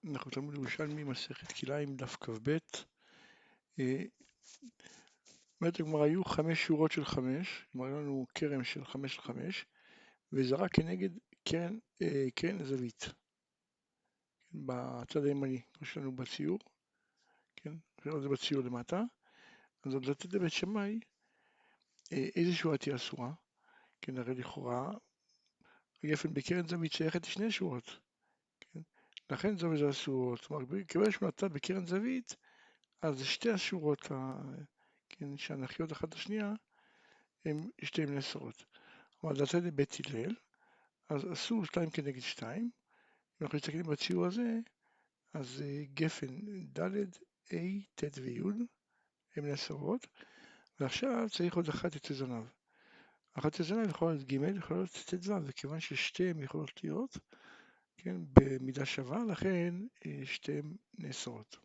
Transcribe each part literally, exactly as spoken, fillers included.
אנחנו תלמוד ירושלמי, מסכת כלאיים, דף כ"ב. אה, אומרת הגמרא, היו חמש שורות של חמש, כלומר היה לנו כרם של חמש של חמש, וזרע כנגד קרן, אה, קרן זווית, כן, בצד הימני, כמו שלנו בציור, כן, זה בציור למטה. אז עוד לתת לבית שמאי, אה, איזה שורה תהיה אסורה, כן, הרי לכאורה, הגפן בקרן זווית שייכת לשני שורות, כן, לכן זו וזה אסורות, כלומר, כיוון שהוא נתן בקרן זווית, אז שתי השורות, כן, שהנחיות אחת לשנייה, הן שתיהן נאסרות. אבל לצד לבית הלל, אז אסור שתיים כנגד שתיים. אם אנחנו מסתכלים בציור הזה, אז גפן ד', ה', ט' וי' הן נאסרות, ועכשיו צריך עוד אחת יוצא זנב. אחת יוצא זנב יכולה להיות ג', יכולה להיות ט"ו, וכיוון ששתיהן יכולות להיות, כן, במידה שווה, לכן שתיהן נאסרות.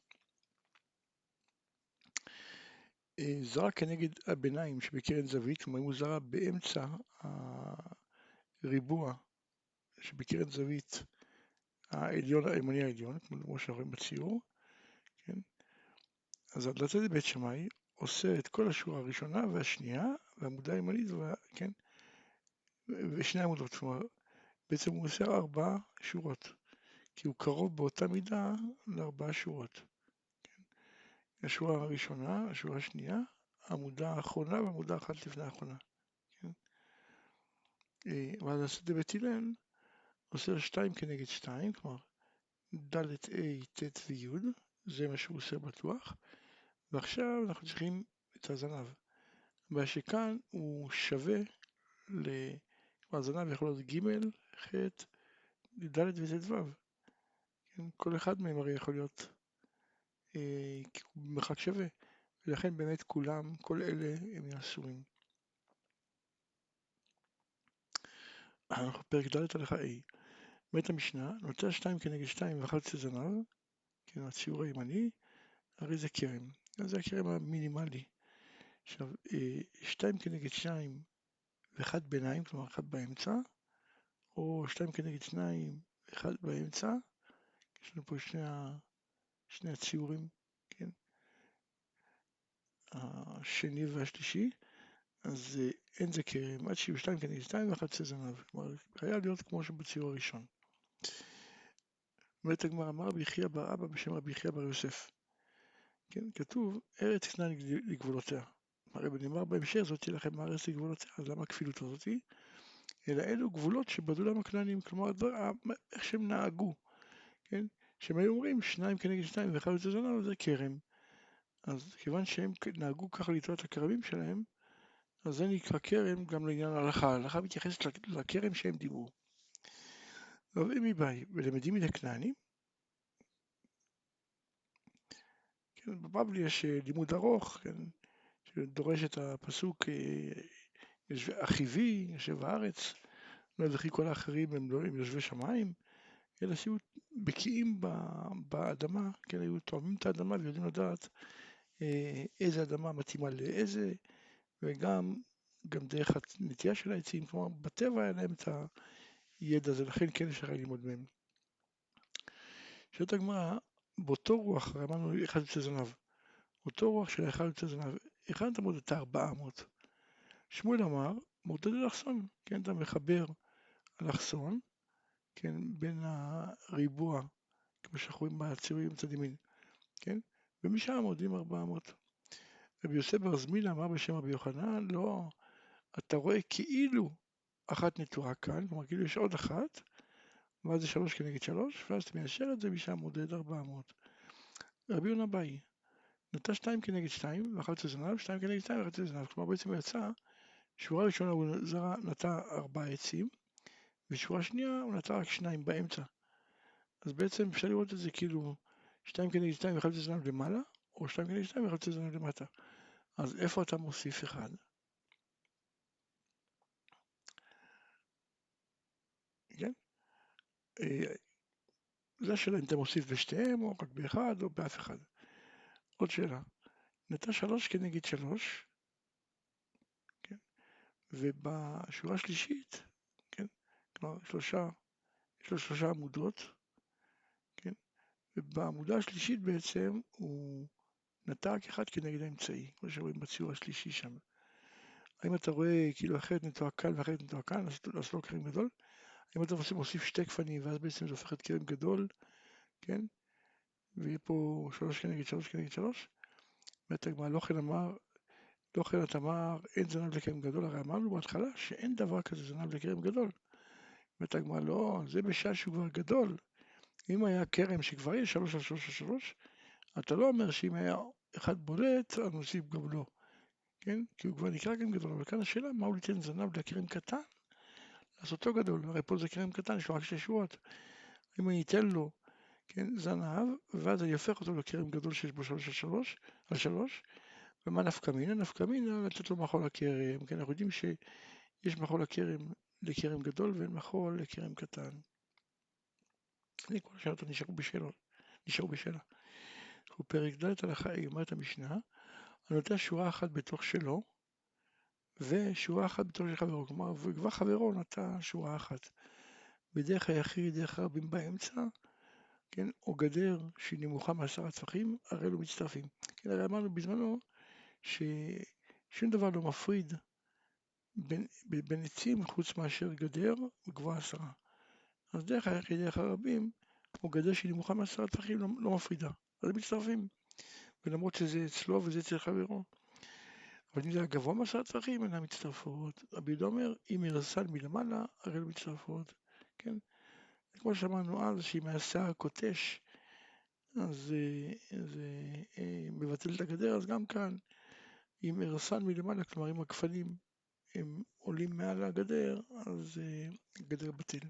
זרע כנגד הביניים שבקרן זווית, כלומר אם הוא זרע באמצע הריבוע שבקרן זווית העליון, הימני העליון, כמו שאנחנו רואים בציור, כן? אז הדלתות לבית שמאי עושה את כל השורה הראשונה והשנייה, והעמודה הימנית, כן? ושני עמודות, כלומר, בעצם הוא עושה ארבע שורות, כי הוא קרוב באותה מידה לארבע שורות. כן? השורה הראשונה, השורה השנייה, העמודה האחרונה והעמודה אחת לפני האחרונה. כן? ואז עשית לבית הלל עושה שתיים כנגד שתיים, כלומר, ד', ה', ט' וי', זה מה שהוא עושה בטוח, ועכשיו אנחנו צריכים את הזנב. הבעיה שכאן הוא שווה, הזנב יכול להיות ג', ח', ד' וט' ו'. כן? כל אחד מהם הרי יכול להיות אה, במרחק שווה, ולכן באמת כולם, כל אלה הם אסורים. אנחנו פרק ד' הלכה A. בית המשנה, נוצר שתיים כנגד שתיים ואחת יוצא זנב, כן, הציור הימני, הרי זה כרם. אז זה הכרם המינימלי. עכשיו, שתיים כנגד שתיים ואחד ביניים, כלומר אחד באמצע, או שתיים כנגד שניים, אחד באמצע, יש לנו פה שני, שני הציורים, כן, השני והשלישי, אז אין זה כרם, עד שיהיו שתיים כנגד שתיים ואחד יוצא זנב, כלומר, היה להיות כמו שבציור הראשון. אומרת הגמרא, אמר רבי יחיא בר אבא בשם רבי יחיא בר יוסף, כן, כתוב, ארץ כנען לגבולותיה. הרי נאמר בהמשך, זאת תהיה לכם הארץ לגבולותיה, אז למה הכפילות הזאתי? אלא אלו גבולות שבדו להם הכנענים, כלומר, איך שהם נהגו, כן? שהם היו אומרים שניים כנגד שניים ואחד יוצא זנב, זה כרם. אז כיוון שהם נהגו ככה לטוע את הכרמים שלהם, אז זה נקרא כרם גם לעניין ההלכה. ההלכה מתייחסת לכרם שהם דיברו. ואם מבאי, ולמדים מן הכנענים, כן, בבבלי יש לימוד ארוך, כן, שדורש את הפסוק אחיבי, יושב הארץ, לא זכי כל האחרים הם לא, הם יושבי שמיים, אלא שהיו בקיאים באדמה, כן, היו תואמים את האדמה ויודעים לדעת איזה אדמה מתאימה לאיזה, וגם גם דרך הנטייה של העצים, כלומר בטבע היה להם את הידע הזה, לכן כן אפשר ללמוד מהם. שואלת הגמרא, באותו רוח, הרי אמרנו אחד יוצא זנב, אותו רוח של אחד יוצא זנב, איך אתה מודד את הארבע אמות? שמואל אמר, מודד אלכסון, כן, אתה מחבר אלכסון, כן, בין הריבוע, כמו שאנחנו רואים בציורים מצד ימין, כן, ומשם מודדים ארבע אמות. רבי יוסף בר זמילה אמר בשם רבי יוחנן, לא, אתה רואה כאילו אחת נטועה כאן, כלומר כאילו יש עוד אחת, ואז זה שלוש כנגד שלוש, ואז אתה מיישר את זה משם מודד ארבע אמות. רבי יונה באי, נטע שתיים כנגד שתיים, ואחת יוצא זנב, שתיים כנגד שתיים, ואחת יוצא זנב, כלומר בעצם יצא, שורה ראשונה הוא זרע, נטע ארבע עצים, ושורה שנייה הוא נטע רק שניים באמצע. אז בעצם אפשר לראות את זה כאילו שתיים כנגד שתיים ואחת יוצא זנב למעלה, או שתיים כנגד שתיים ואחת יוצא זנב למטה. אז איפה אתה מוסיף אחד? כן? זה השאלה אם אתה מוסיף בשתיהם, או רק באחד, או באף אחד. עוד שאלה, נטע שלוש כנגד שלוש, כן? ובשורה השלישית, כן? כלומר, שלושה, יש לו שלושה עמודות, כן? ובעמודה השלישית בעצם הוא נטע רק אחד כנגד האמצעי, כמו שרואים בציור השלישי שם. האם אתה רואה כאילו אחרת נטוע קל ואחרת נטוע קל, אז לא כרם גדול? אם אתה מוסיף שתי גפנים ואז בעצם זה הופך את כרם גדול, כן? ויהיה פה שלוש כנגד שלוש כנגד שלוש, אומרת הגמרא, לא כן אמר, לא כן את אמר, אין זנב לכרם גדול, הרי אמרנו בהתחלה שאין דבר כזה זנב לכרם גדול. אומרת הגמרא, לא, זה בשעה שהוא כבר גדול. אם היה כרם שכבר יש שלוש על שלוש על שלוש, אתה לא אומר שאם היה אחד בולט, אז נוסיף גם לו, כן? כי הוא כבר נקרא כרם גדול, אבל כאן השאלה, מה הוא ייתן זנב לכרם קטן? לעשותו גדול, הרי פה זה כרם קטן, יש לו רק שתי שורות. אם אני אתן לו, כן, זנב, ואז אני הופך אותו לכרם גדול שיש בו שלוש על שלוש, על שלוש, ומה נפקא מינה? נפקא מינה לתת לו מחול הכרם, כן, אנחנו יודעים שיש מחול הכרם לכרם גדול ואין מחול לכרם קטן. אני כל השאלות נשארו בשאלות, נשארו בשאלה. הוא פרק ד' הלכה, היא אומרת המשנה, אני נוטע שורה אחת בתוך שלו, ושורה אחת בתוך של חברו, כלומר, וכבר חברו נטע שורה אחת. בדרך היחיד, דרך הרבים באמצע, כן, או גדר שהיא נמוכה מעשרה טפחים, הרי אלו מצטרפים. כן, הרי אמרנו בזמנו ששום דבר לא מפריד בין, בין עצים חוץ מאשר גדר וגבוהה עשרה. אז דרך היחיד, דרך הרבים, או גדר שהיא נמוכה מעשרה טפחים, לא, לא מפרידה. אז הם מצטרפים. ולמרות שזה אצלו וזה אצל חברו. אבל אם זה הגבוה מעשרה טפחים, אינן מצטרפות. רבי יהודה אומר, אם ירסן מלמעלה, הרי לא מצטרפות. כן? כמו שאמרנו אז, שאם השיער קוטש, אז זה מבטל את הגדר, אז גם כאן, אם ירסן מלמעלה, כלומר אם הגפנים הם עולים מעל הגדר, אז הגדר בטל.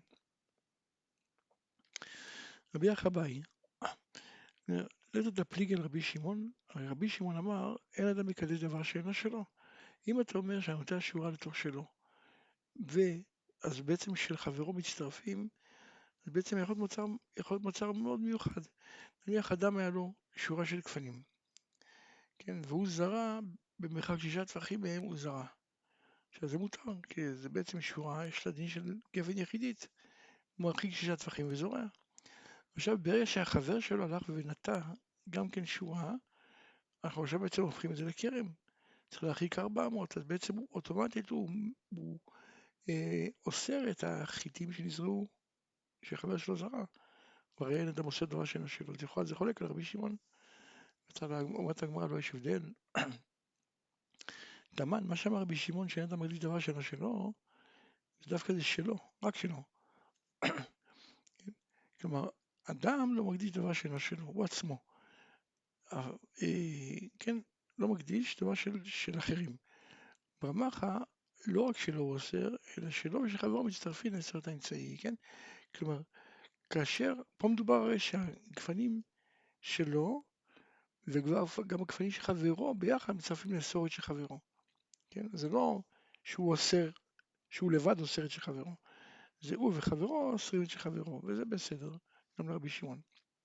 רבי החבאי, לתת הפליגל רבי שמעון, הרי רבי שמעון אמר, אין אדם מקדש דבר שאינו שלו. אם אתה אומר שאני נוטע שורה לתוך שלו, ואז בעצם של חברו מצטרפים, אז בעצם יכול להיות מוצר, יכול להיות מוצר מאוד מיוחד. נניח אדם היה לו שורה של גפנים, כן, והוא זרע במרחק שישה טפחים מהם הוא זרע. עכשיו זה מותר, כי זה בעצם שורה, יש לה דין של גפן יחידית, מרחיק שישה טפחים וזורע. עכשיו ברגע שהחבר שלו הלך ונטע גם כן שורה, אנחנו עכשיו בעצם הופכים את זה לכרם. צריך להרחיק ארבע מאות, אז בעצם אוטומטית הוא, הוא אה, אוסר את החיטים שנזרעו, שחבר שלו זרע. הרי אין אדם עושה דבר שאינו שלו, אז יכול, זה חולק על רבי שמעון. אומרת הגמרא, לא יש הבדל. דמן, מה שאמר רבי שמעון שאין אדם מקדיש דבר שאינו שלו, זה דווקא זה שלו, רק שלו. כלומר, אדם לא מקדיש דבר שאינו שלו, הוא עצמו. כן, לא מקדיש דבר של, של אחרים. ברמ"ח לא רק שלו הוא אוסר, אלא שלו ושחברו מצטרפים לעשרת האמצעי, כן? כלומר, כאשר, פה מדובר הרי שהגפנים שלו, וגם הגפנים של חברו, ביחד מצטרפים לעשרת של חברו. כן? זה לא שהוא אוסר, שהוא לבד אוסר את של חברו. זה הוא וחברו אוסרים את של חברו, וזה בסדר, גם לרבי שמעון.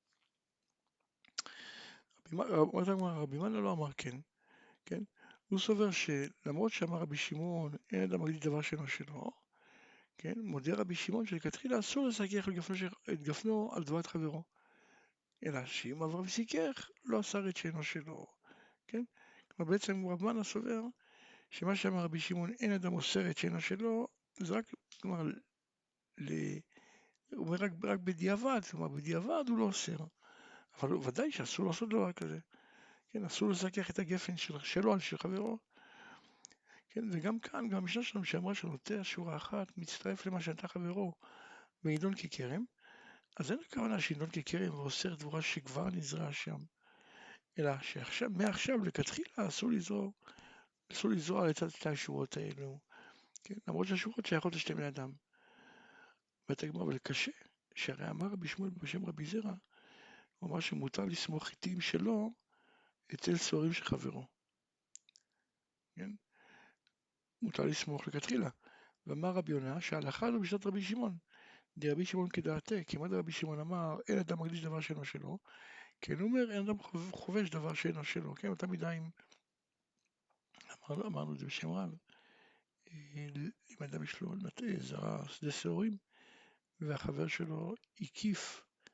רבי מנה לא אמר כן, כן? הוא סובר שלמרות שאמר רבי שמעון, אין אדם מקדיש דבר שאינו שלו, כן? מודה רבי שמעון שלכתחילה אסור לסכך את גפנו על דברת חברו. אלא שאם עבר וסיכך, לא אסר את שאינו שלו, כן? כלומר בעצם רב מנה סובר שמה שאמר רבי שמעון, אין אדם אוסר את שאינו שלו, זה רק, כלומר, ל... הוא אומר רק, רק בדיעבד, כלומר בדיעבד הוא לא אוסר. אבל ודאי שאסור לעשות דבר כזה. כן, אסור לסכך את הגפן של, שלו על של חברו. כן, וגם כאן, גם המשנה שלנו שאמרה שנוטע שורה אחת, מצטרף למה שנטע חברו, ונידון ככרם, אז אין הכוונה שנידון ככרם ואוסר דבורה שכבר נזרע שם, אלא שעכשיו, מעכשיו לכתחילה אסור לזרוע, אסור לזרוע לצד שתי השורות האלו, כן, למרות שהשורות שייכות לשתי בני אדם. ואתה גמר, אבל קשה, שהרי אמר רבי שמואל בשם רבי זרע, הוא אמר שמותר לסמוך חיטים שלו אצל סוהרים של חברו. כן? מותר לסמוך לכתחילה. ואמר רבי יונה שההלכה זו בשיטת רבי שמעון. דרבי שמעון כדעתה, כי מה דרבי שמעון אמר, אין אדם מקדיש דבר שאינו שלו, כן, הוא אומר, אין אדם חובש דבר שאינו שלו, כן, אותה מידה אם אמרנו, אמרנו את זה בשם רב, אם אדם יש לו זרע שדה שעורים, והחבר שלו הקיף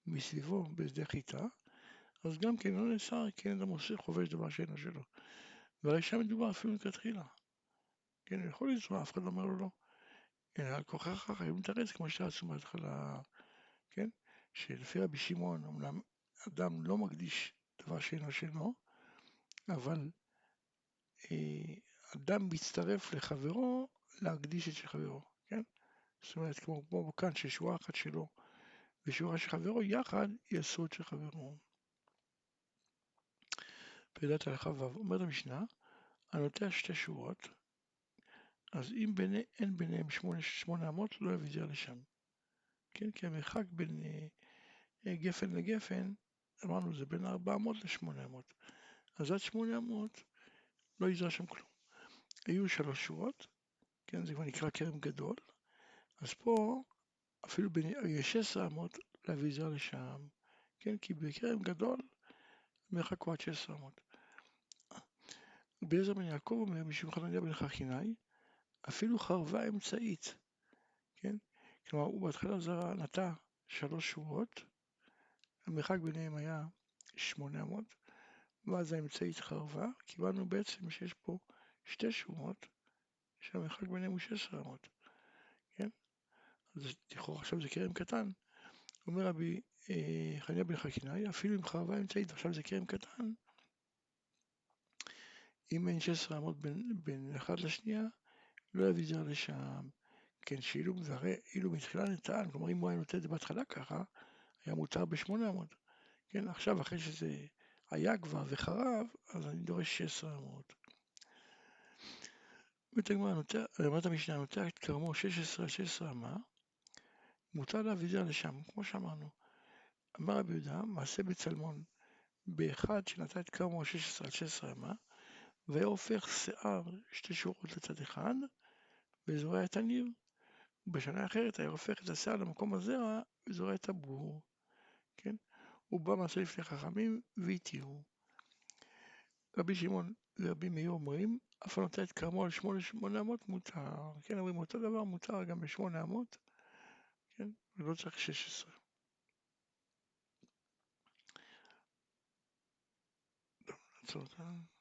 מסביבו בשדה חיטה, אז גם כן לא נאסר, כן אדם עושה חובש דבר שאינו שלו. והרי שם מדובר אפילו מלכתחילה. כן, הוא יכול לזרוע, אף אחד לא אומר לו לא. אלא על כוכך חייבים לתרץ כמו שרצו בהתחלה, כן? שלפי רבי שמעון, אמנם אדם לא מקדיש דבר שאינו שלו, אבל אה, אדם מצטרף לחברו להקדיש את של חברו, כן? זאת אומרת, כמו, כמו כאן ששורה אחת שלו ושורה של חברו, יחד יעשו את של חברו. פרדת הלכה ו' אומרת המשנה, הנוטע שתי שורות, אז אם ביני, אין ביניהם שמונה, שמונה אמות, לא יביא זרע לשם. כן, כי המרחק בין אה, גפן לגפן, אמרנו, זה בין ארבע אמות לשמונה אמות. אז עד שמונה אמות לא יזרע שם כלום. היו שלוש שורות, כן, זה כבר נקרא כרם גדול, אז פה אפילו בין שש עשרה אמות להביא זרע לשם, כן, כי בכרם גדול המרחק הוא עד שש עשרה אמות. בעזר בן יעקב אומר, משום חנניה בן חכינאי, אפילו חרבה אמצעית, כן, כלומר הוא בהתחלה זרע נטע שלוש שורות, המרחק ביניהם היה שמונה אמות, ואז האמצעית חרבה, קיבלנו בעצם שיש פה שתי שורות, שהמרחק ביניהם הוא שש עשרה אמות, כן? אז לכאורה עכשיו זה כרם קטן. אומר רבי אה, חנינא בן חכינאי, אפילו אם חרבה אמצעית, עכשיו זה כרם קטן, אם אין שש עשרה אמות בין, בין אחד לשנייה, לא יביא זרע לשם. כן, שאילו אילו מתחילה נטען, כלומר אם הוא היה נותן את זה בהתחלה ככה, היה מותר בשמונה אמות. כן, עכשיו אחרי שזה היה כבר וחרב, אז אני דורש שש עשרה אמות. אומרת המשנה, נוטע את כרמו שש עשרה על שש עשרה אמה, מותר להביא זרע לשם, כמו שאמרנו. אמר רבי יהודה, מעשה בצלמון, באחד שנטע את כרמו שש עשרה על שש עשרה אמה, והיה הופך שיער שתי שורות לצד אחד, וזורע את הניר. בשנה אחרת היה הופך את השיער למקום הזרע, וזורע את הבור. כן? הוא בא מעשה לפני חכמים, והתירו. רבי שמעון ורבי מאיר אומרים, אף נוטע את כרמו על שמונה אמות מותר. כן, אומרים אותו דבר מותר גם בשמונה אמות, כן, ולא צריך שש עשרה. טוב, נעצור כאן.